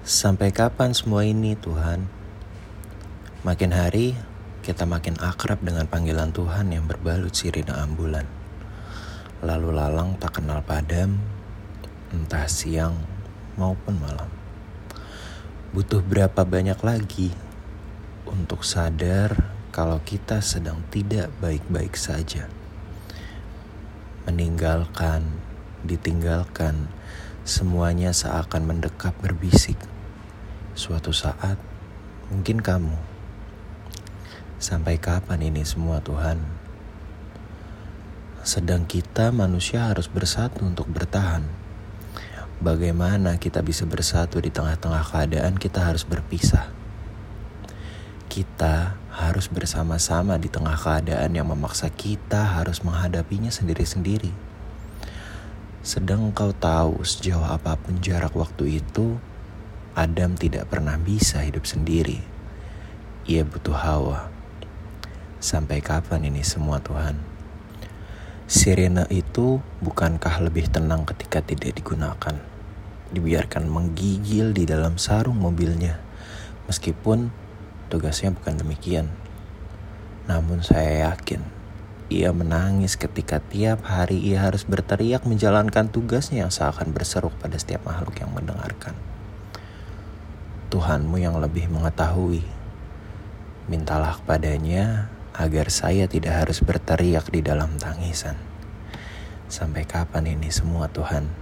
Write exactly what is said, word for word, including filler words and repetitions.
Sampai kapan semua ini, Tuhan? Makin hari, kita makin akrab dengan panggilan Tuhan yang berbalut sirine ambulan. Lalu lalang tak kenal padam, entah siang maupun malam. Butuh berapa banyak lagi untuk sadar kalau kita sedang tidak baik-baik saja. Meninggalkan, ditinggalkan, semuanya seakan mendekap berbisik. Suatu saat, mungkin kamu. Sampai kapan ini semua, Tuhan? Sedang kita manusia harus bersatu untuk bertahan. Bagaimana kita bisa bersatu di tengah-tengah keadaan kita harus berpisah? Kita harus bersama-sama di tengah keadaan yang memaksa kita harus menghadapinya sendiri-sendiri. Sedang kau tahu sejauh apapun jarak waktu itu, Adam tidak pernah bisa hidup sendiri. Ia butuh Hawa. Sampai kapan ini semua, Tuhan? Sirine itu bukankah lebih tenang ketika tidak digunakan? Dibiarkan menggigil di dalam sarung mobilnya. Meskipun tugasnya bukan demikian. Namun saya yakin ia menangis ketika tiap hari ia harus berteriak menjalankan tugasnya yang seakan berseru pada setiap makhluk yang mendengarkan. Tuhanmu yang lebih mengetahui. Mintalah kepadanya agar saya tidak harus berteriak di dalam tangisan. Sampai kapan ini semua, Tuhan?